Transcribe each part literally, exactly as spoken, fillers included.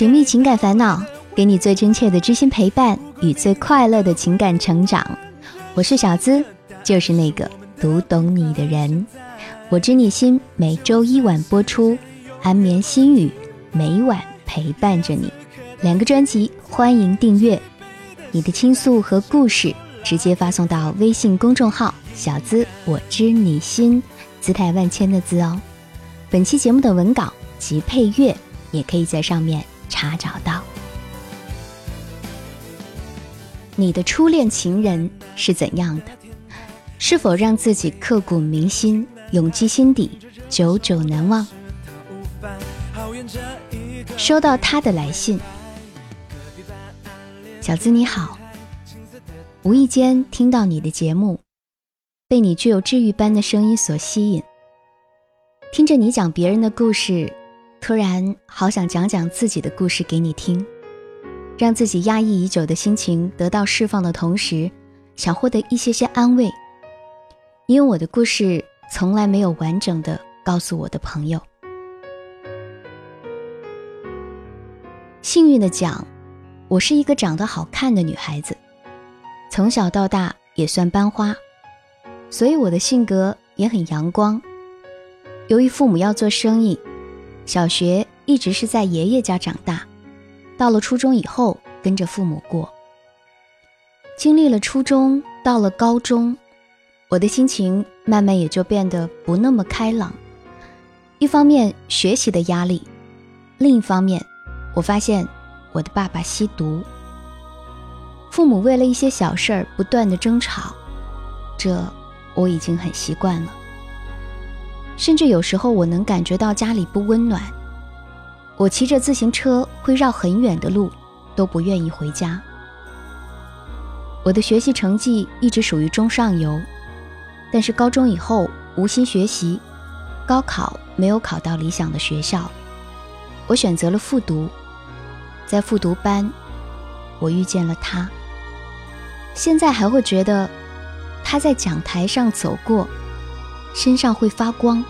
解密情感烦恼，给你最真切的知心陪伴与最快乐的情感成长。我是小资，就是那个读懂你的人。我知你心每周一晚播出，安眠心语每晚陪伴着你。两个专辑欢迎订阅，你的倾诉和故事直接发送到微信公众号小资我知你心，姿态万千的字哦。本期节目的文稿及配乐也可以在上面查找到。你的初恋情人是怎样的？是否让自己刻骨铭心，永记心底，久久难忘？收到他的来信。小资你好，无意间听到你的节目，被你具有治愈般的声音所吸引，听着你讲别人的故事，突然好想讲讲自己的故事给你听，让自己压抑已久的心情得到释放的同时，想获得一些些安慰。因为我的故事从来没有完整的告诉我的朋友。幸运的讲，我是一个长得好看的女孩子，从小到大也算班花，所以我的性格也很阳光。由于父母要做生意，小学一直是在爷爷家长大，到了初中以后跟着父母过。经历了初中，到了高中，我的心情慢慢也就变得不那么开朗。一方面学习的压力，另一方面我发现我的爸爸吸毒。父母为了一些小事儿不断的争吵，这我已经很习惯了。甚至有时候我能感觉到家里不温暖，我骑着自行车会绕很远的路，都不愿意回家。我的学习成绩一直属于中上游，但是高中以后无心学习，高考没有考到理想的学校，我选择了复读。在复读班，我遇见了他。现在还会觉得他在讲台上走过，身上会发光。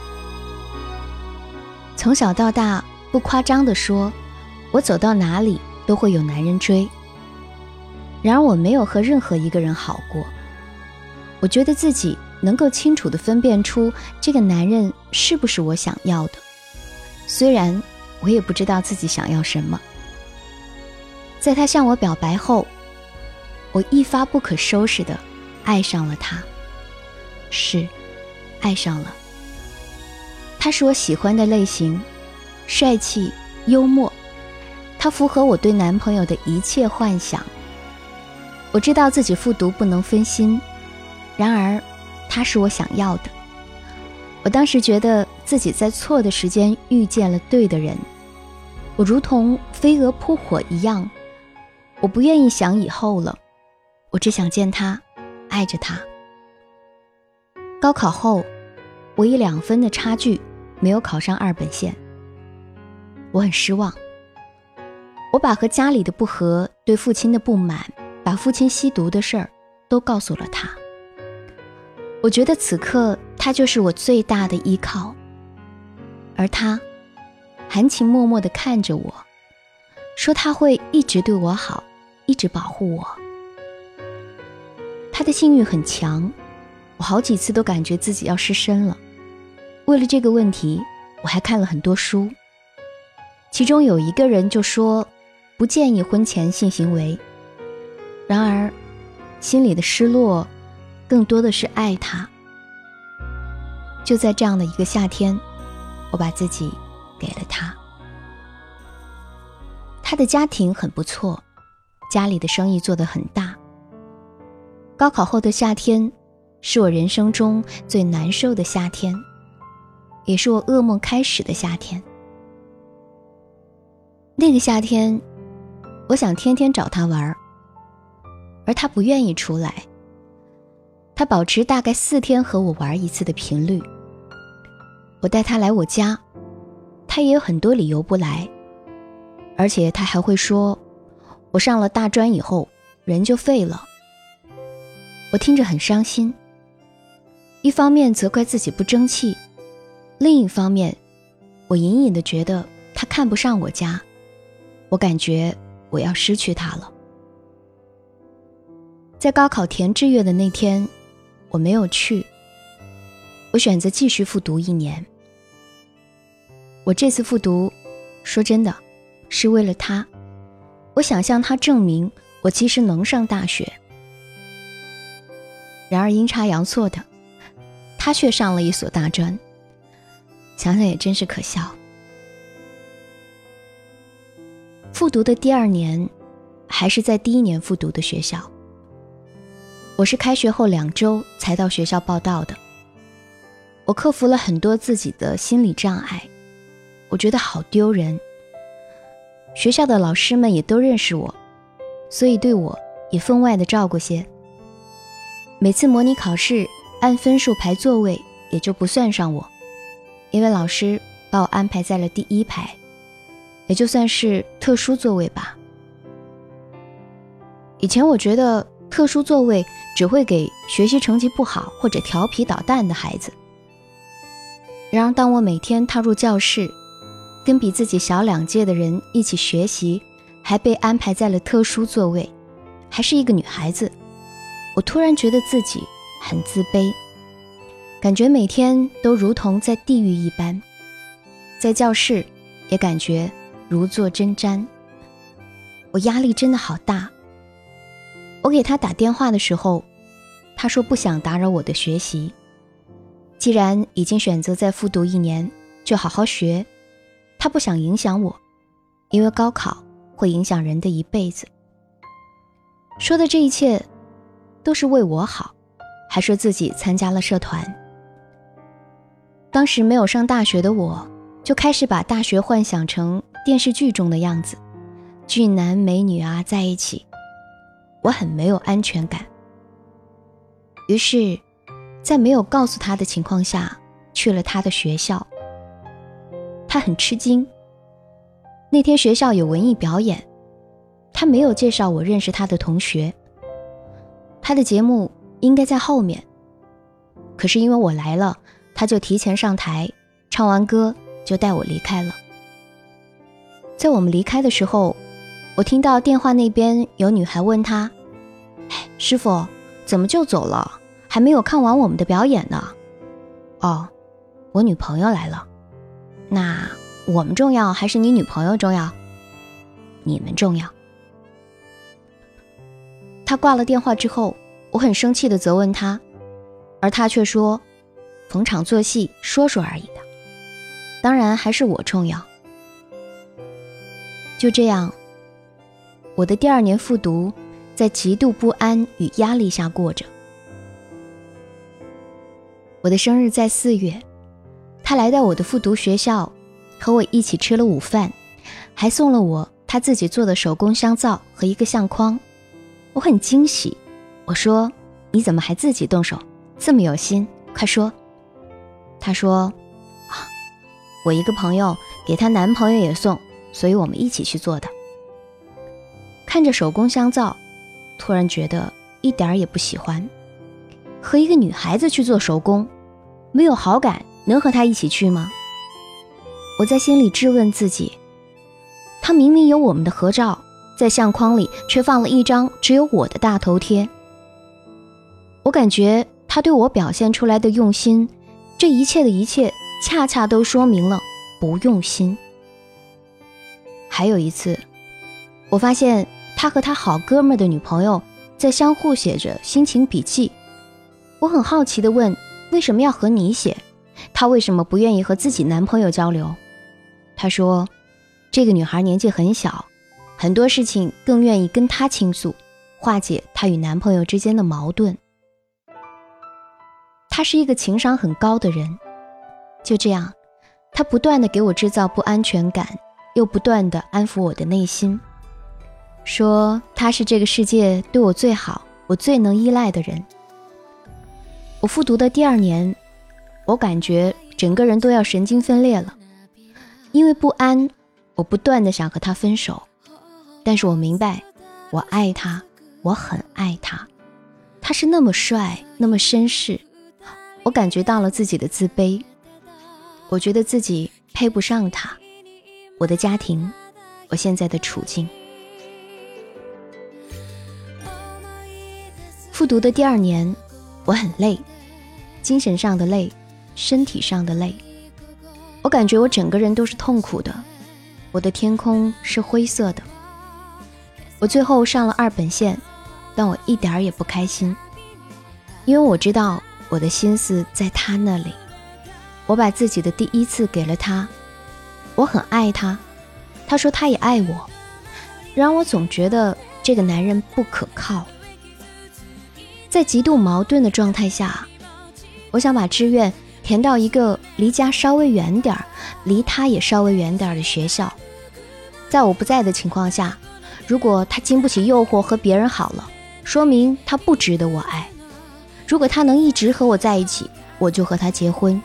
从小到大，不夸张地说，我走到哪里都会有男人追。然而我没有和任何一个人好过。我觉得自己能够清楚地分辨出这个男人是不是我想要的，虽然我也不知道自己想要什么。在他向我表白后，我一发不可收拾地爱上了他。是，爱上了。他是我喜欢的类型，帅气幽默，他符合我对男朋友的一切幻想。我知道自己复读不能分心，然而他是我想要的。我当时觉得自己在错的时间遇见了对的人，我如同飞蛾扑火一样，我不愿意想以后了，我只想见他，爱着他。高考后，我以两分的差距没有考上二本线，我很失望。我把和家里的不和，对父亲的不满，把父亲吸毒的事儿都告诉了他。我觉得此刻他就是我最大的依靠，而他含情脉脉地看着我，说他会一直对我好，一直保护我。他的性欲很强，我好几次都感觉自己要失身了。为了这个问题，我还看了很多书，其中有一个人就说不建议婚前性行为。然而心里的失落更多的是爱他。就在这样的一个夏天，我把自己给了他。他的家庭很不错，家里的生意做得很大。高考后的夏天是我人生中最难受的夏天，也是我噩梦开始的夏天。那个夏天，我想天天找他玩，而他不愿意出来。他保持大概四天和我玩一次的频率。我带他来我家，他也有很多理由不来，而且他还会说，我上了大专以后人就废了。我听着很伤心，一方面责怪自己不争气，另一方面我隐隐地觉得他看不上我家， 我感觉我要失去他了。在高考填志愿的那天，我没有去，我选择继续复读一年。我这次复读，说真的，是为了他，我想向他证明我其实能上大学。然而阴差阳错的，他却上了一所大专，想想也真是可笑。复读的第二年，还是在第一年复读的学校。我是开学后两周才到学校报到的。我克服了很多自己的心理障碍，我觉得好丢人。学校的老师们也都认识我，所以对我也分外的照顾些。每次模拟考试按分数排座位也就不算上我，因为老师把我安排在了第一排，也就算是特殊座位吧。以前我觉得特殊座位只会给学习成绩不好或者调皮捣蛋的孩子。然而当我每天踏入教室，跟比自己小两届的人一起学习，还被安排在了特殊座位，还是一个女孩子，我突然觉得自己很自卑，感觉每天都如同在地狱一般，在教室也感觉如坐针毡。我压力真的好大。我给他打电话的时候，他说不想打扰我的学习，既然已经选择再复读一年，就好好学，他不想影响我，因为高考会影响人的一辈子。说的这一切都是为我好，还说自己参加了社团。当时没有上大学的我，就开始把大学幻想成电视剧中的样子，俊男美女啊在一起，我很没有安全感。于是在没有告诉他的情况下，去了他的学校。他很吃惊，那天学校有文艺表演，他没有介绍我认识他的同学，他的节目应该在后面，可是因为我来了，他就提前上台，唱完歌就带我离开了。在我们离开的时候，我听到电话那边有女孩问他，哎，师傅，怎么就走了？还没有看完我们的表演呢。哦，我女朋友来了。那我们重要还是你女朋友重要？你们重要。他挂了电话之后，我很生气地责问他，而他却说，逢场作戏，说说而已的，当然还是我重要。就这样，我的第二年复读在极度不安与压力下过着。我的生日在四月，他来到我的复读学校，和我一起吃了午饭，还送了我他自己做的手工香皂和一个相框。我很惊喜，我说，你怎么还自己动手，这么有心，快说。他说，啊，我一个朋友给她男朋友也送，所以我们一起去做的。看着手工香皂，突然觉得一点儿也不喜欢。和一个女孩子去做手工，没有好感，能和她一起去吗？我在心里质问自己，她明明有我们的合照，在相框里却放了一张只有我的大头贴。我感觉她对我表现出来的用心，这一切的一切恰恰都说明了不用心。还有一次，我发现他和他好哥们的女朋友在相互写着心情笔记。我很好奇地问，为什么要和你写？他为什么不愿意和自己男朋友交流？他说，这个女孩年纪很小，很多事情更愿意跟他倾诉，化解她与男朋友之间的矛盾。他是一个情商很高的人。就这样，他不断地给我制造不安全感，又不断地安抚我的内心，说他是这个世界对我最好，我最能依赖的人。我复读的第二年，我感觉整个人都要神经分裂了。因为不安，我不断地想和他分手，但是我明白，我爱他，我很爱他，他是那么帅，那么绅士。我感觉到了自己的自卑，我觉得自己配不上他，我的家庭我现在的处境。复读的第二年，我很累，精神上的累，身体上的累。我感觉我整个人都是痛苦的，我的天空是灰色的。我最后上了二本线，但我一点儿也不开心，因为我知道我的心思在他那里。我把自己的第一次给了他，我很爱他，他说他也爱我，然而我总觉得这个男人不可靠。在极度矛盾的状态下，我想把志愿填到一个离家稍微远点儿，离他也稍微远点儿的学校。在我不在的情况下，如果他经不起诱惑和别人好了，说明他不值得我爱。如果他能一直和我在一起，我就和他结婚。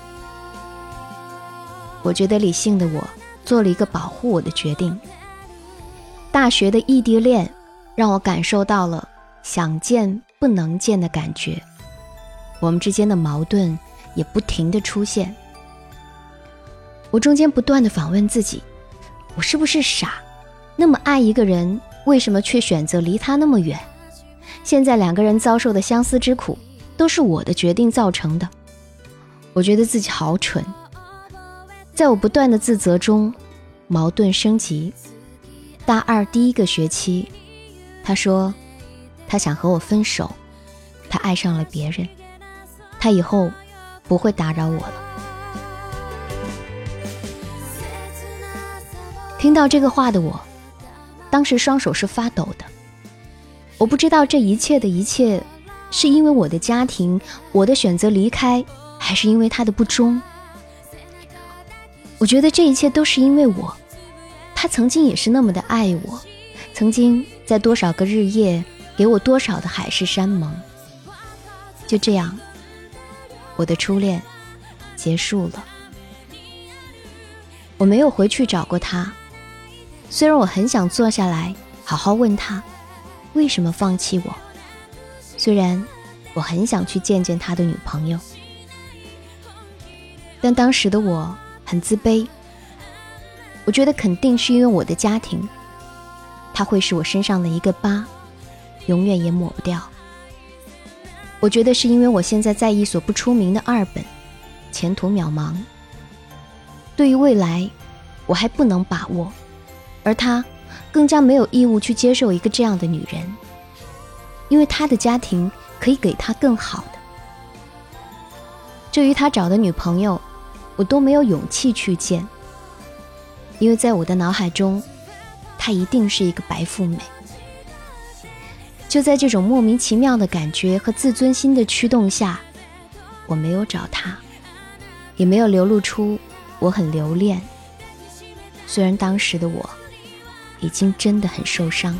我觉得理性的我做了一个保护我的决定。大学的异地恋让我感受到了想见不能见的感觉，我们之间的矛盾也不停地出现。我中间不断地反问自己，我是不是傻？那么爱一个人，为什么却选择离他那么远？现在两个人遭受的相思之苦，都是我的决定造成的。我觉得自己好蠢。在我不断的自责中，矛盾升级。大二第一个学期，他说他想和我分手，他爱上了别人，他以后不会打扰我了。听到这个话的我，当时双手是发抖的。我不知道这一切的一切，是因为我的家庭，我的选择离开，还是因为他的不忠。我觉得这一切都是因为我，他曾经也是那么的爱我，曾经在多少个日夜给我多少的海誓山盟。就这样，我的初恋结束了。我没有回去找过他，虽然我很想坐下来好好问他为什么放弃我，虽然我很想去见见他的女朋友，但当时的我很自卑。我觉得肯定是因为我的家庭，它会是我身上的一个疤，永远也抹不掉。我觉得是因为我现在在一所不出名的二本，前途渺茫，对于未来我还不能把握，而他更加没有义务去接受一个这样的女人，因为他的家庭可以给他更好的。至于他找的女朋友，我都没有勇气去见，因为在我的脑海中，她一定是一个白富美。就在这种莫名其妙的感觉和自尊心的驱动下，我没有找她，也没有流露出我很留恋。虽然当时的我已经真的很受伤。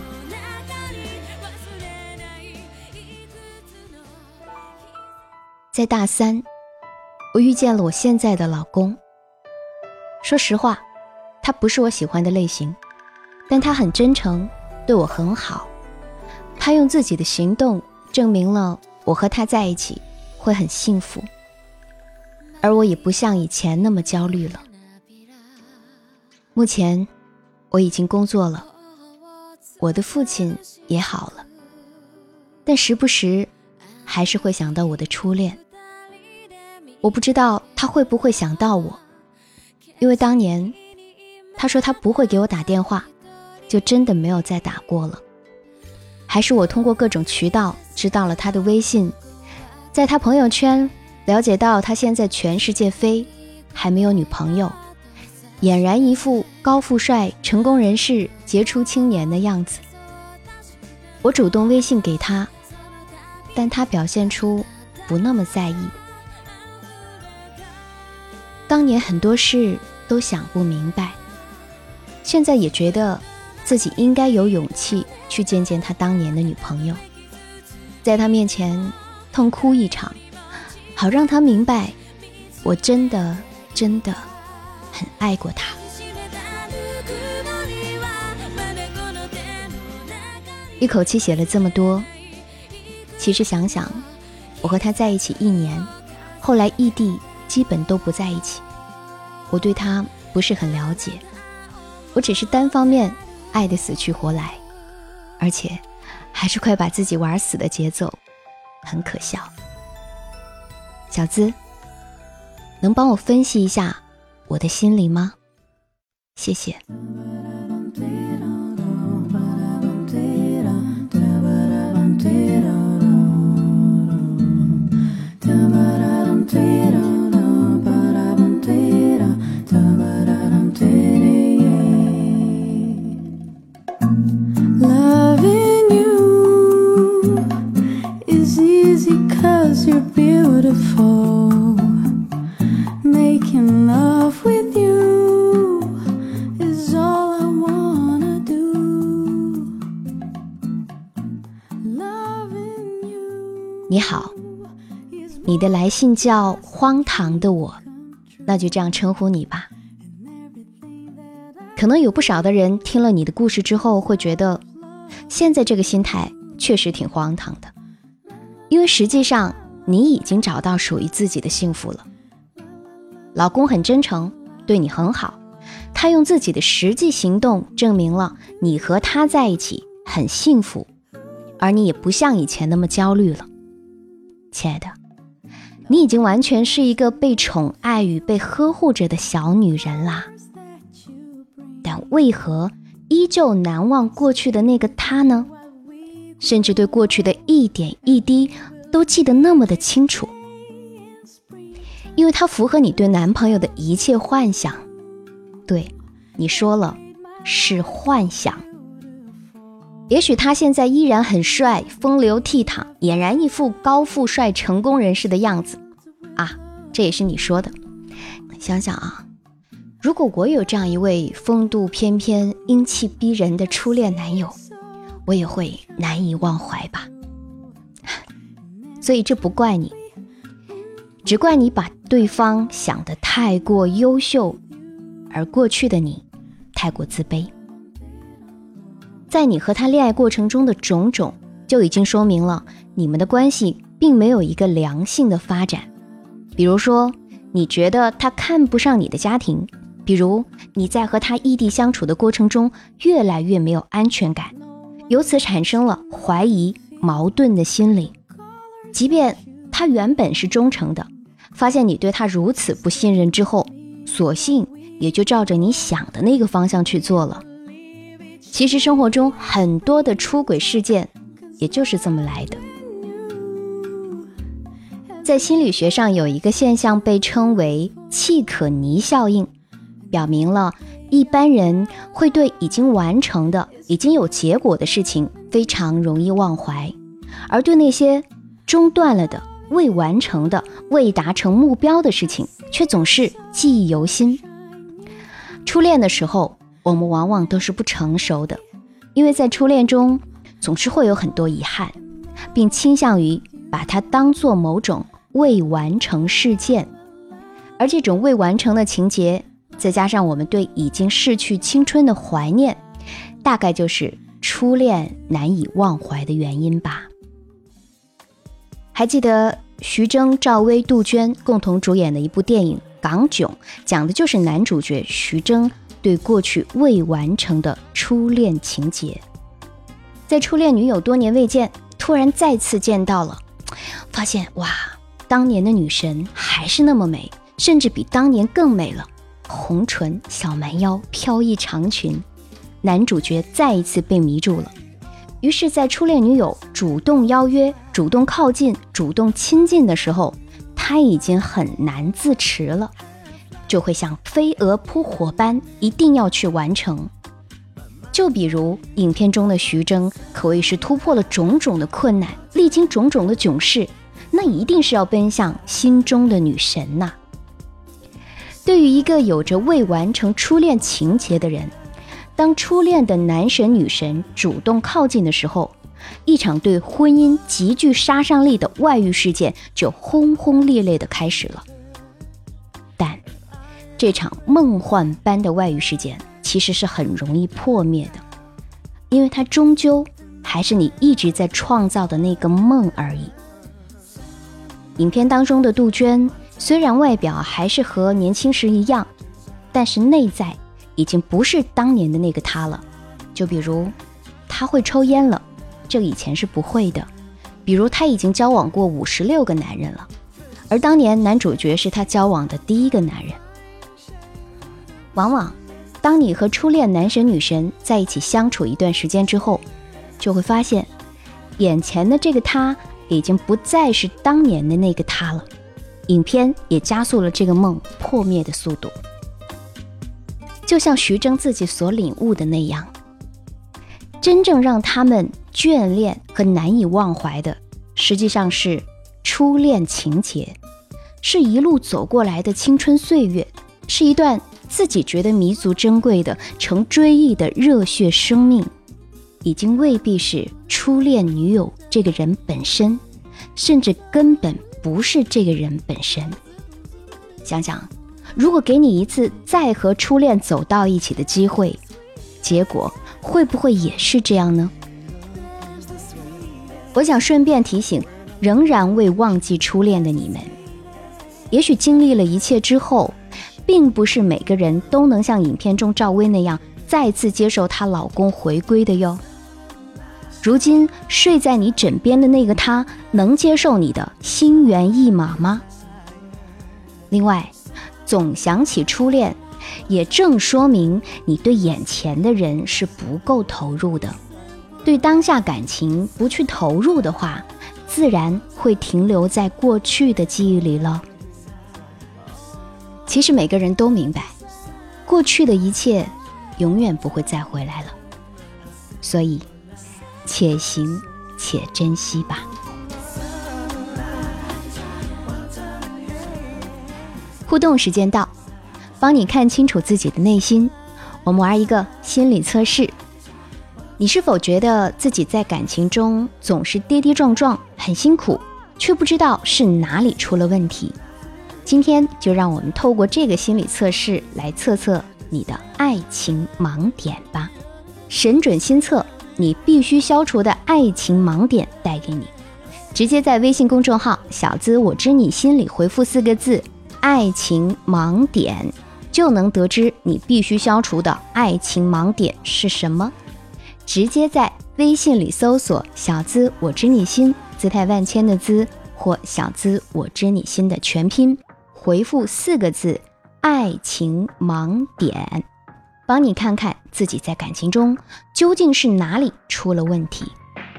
在大三，我遇见了我现在的老公。说实话，他不是我喜欢的类型，但他很真诚，对我很好。他用自己的行动证明了我和他在一起会很幸福，而我也不像以前那么焦虑了。目前我已经工作了，我的父亲也好了，但时不时还是会想到我的初恋。我不知道他会不会想到我，因为当年他说他不会给我打电话，就真的没有再打过了。还是我通过各种渠道知道了他的微信，在他朋友圈了解到他现在全世界飞，还没有女朋友，俨然一副高富帅、成功人士、杰出青年的样子。我主动微信给他，但他表现出不那么在意。当年很多事都想不明白，现在也觉得自己应该有勇气去见见他当年的女朋友，在他面前痛哭一场，好让他明白我真的真的很爱过他。一口气写了这么多，其实想想，我和他在一起一年，后来异地基本都不在一起，我对他不是很了解。 我只是单方面爱得死去活来，而且还是快把自己玩死的节奏，很可笑。小资，能帮我分析一下我的心理吗？谢谢。你好，你的来信叫荒唐的我，那就这样称呼你吧。可能有不少的人听了你的故事之后会觉得，现在这个心态确实挺荒唐的，因为实际上你已经找到属于自己的幸福了。老公很真诚，对你很好，他用自己的实际行动证明了你和他在一起很幸福，而你也不像以前那么焦虑了。亲爱的，你已经完全是一个被宠爱与被呵护着的小女人啦。但为何依旧难忘过去的那个他呢？甚至对过去的一点一滴都记得那么的清楚。因为他符合你对男朋友的一切幻想。对，你说了，是幻想。也许他现在依然很帅，风流倜傥，俨然一副高富帅成功人士的样子啊，这也是你说的。想想啊，如果我有这样一位风度翩翩、英气逼人的初恋男友，我也会难以忘怀吧。所以这不怪你，只怪你把对方想得太过优秀，而过去的你太过自卑。在你和他恋爱过程中的种种，就已经说明了你们的关系并没有一个良性的发展。比如说，你觉得他看不上你的家庭，比如你在和他异地相处的过程中越来越没有安全感，由此产生了怀疑、矛盾的心理。即便他原本是忠诚的，发现你对他如此不信任之后，索性也就照着你想的那个方向去做了。其实生活中很多的出轨事件也就是这么来的。在心理学上有一个现象被称为契可尼效应，表明了一般人会对已经完成的、已经有结果的事情非常容易忘怀，而对那些中断了的、未完成的、未达成目标的事情却总是记忆犹新。初恋的时候，我们往往都是不成熟的，因为在初恋中总是会有很多遗憾，并倾向于把它当作某种未完成事件。而这种未完成的情节，再加上我们对已经逝去青春的怀念，大概就是初恋难以忘怀的原因吧。还记得徐峥、赵薇、杜鹃共同主演的一部电影《港囧》，讲的就是男主角徐峥对过去未完成的初恋情节。在初恋女友多年未见，突然再次见到了，发现哇，当年的女神还是那么美，甚至比当年更美了。红唇、小蛮腰、飘逸长裙，男主角再一次被迷住了。于是在初恋女友主动邀约、主动靠近、主动亲近的时候，他已经很难自持了，就会像飞蛾扑火般一定要去完成。就比如影片中的徐峥，可谓是突破了种种的困难，历经种种的囧事，那一定是要奔向心中的女神呐、啊。对于一个有着未完成初恋情节的人，当初恋的男神女神主动靠近的时候，一场对婚姻极具杀伤力的外遇事件就轰轰烈烈地开始了。但这场梦幻般的外遇事件其实是很容易破灭的，因为它终究还是你一直在创造的那个梦而已。影片当中的杜鹃虽然外表还是和年轻时一样，但是内在已经不是当年的那个他了。就比如他会抽烟了，这个以前是不会的。比如他已经交往过五十六个男人了，而当年男主角是他交往的第一个男人。往往当你和初恋男神女神在一起相处一段时间之后，就会发现眼前的这个他已经不再是当年的那个他了。影片也加速了这个梦破灭的速度。就像徐峥自己所领悟的那样，真正让他们眷恋和难以忘怀的，实际上是初恋情节，是一路走过来的青春岁月，是一段自己觉得弥足珍贵的成追忆的热血生命，已经未必是初恋女友这个人本身，甚至根本不是这个人本身。想想，如果给你一次再和初恋走到一起的机会，结果会不会也是这样呢？我想顺便提醒仍然未忘记初恋的你们，也许经历了一切之后，并不是每个人都能像影片中赵薇那样再次接受她老公回归的哟。如今睡在你枕边的那个他，能接受你的心猿意马吗？另外，总想起初恋，也正说明你对眼前的人是不够投入的。对当下感情不去投入的话，自然会停留在过去的记忆里了。其实每个人都明白，过去的一切永远不会再回来了，所以且行且珍惜吧。互动时间到，帮你看清楚自己的内心，我们玩一个心理测试。你是否觉得自己在感情中总是跌跌撞撞，很辛苦，却不知道是哪里出了问题？今天就让我们透过这个心理测试来测测你的爱情盲点吧。神准心测，你必须消除的爱情盲点带给你。直接在微信公众号小资我知你心里回复四个字爱情盲点，就能得知你必须消除的爱情盲点是什么。直接在微信里搜索小资我知你心，姿态万千的资，或小资我知你心的全拼，回复四个字爱情盲点，帮你看看自己在感情中究竟是哪里出了问题。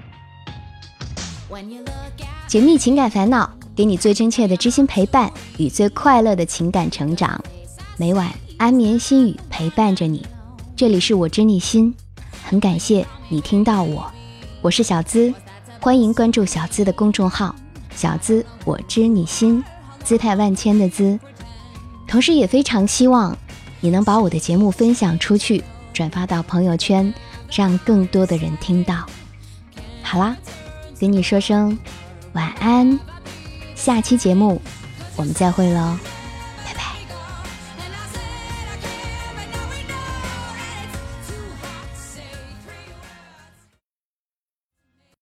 解密情感烦恼，给你最真切的知心陪伴与最快乐的情感成长，每晚安眠心语陪伴着你。这里是我知你心，很感谢你听到我，我是小资，欢迎关注小资的公众号小资我知你心，姿态万千的资。同时也非常希望你能把我的节目分享出去，转发到朋友圈，让更多的人听到。好啦，跟你说声晚安，下期节目我们再会喽。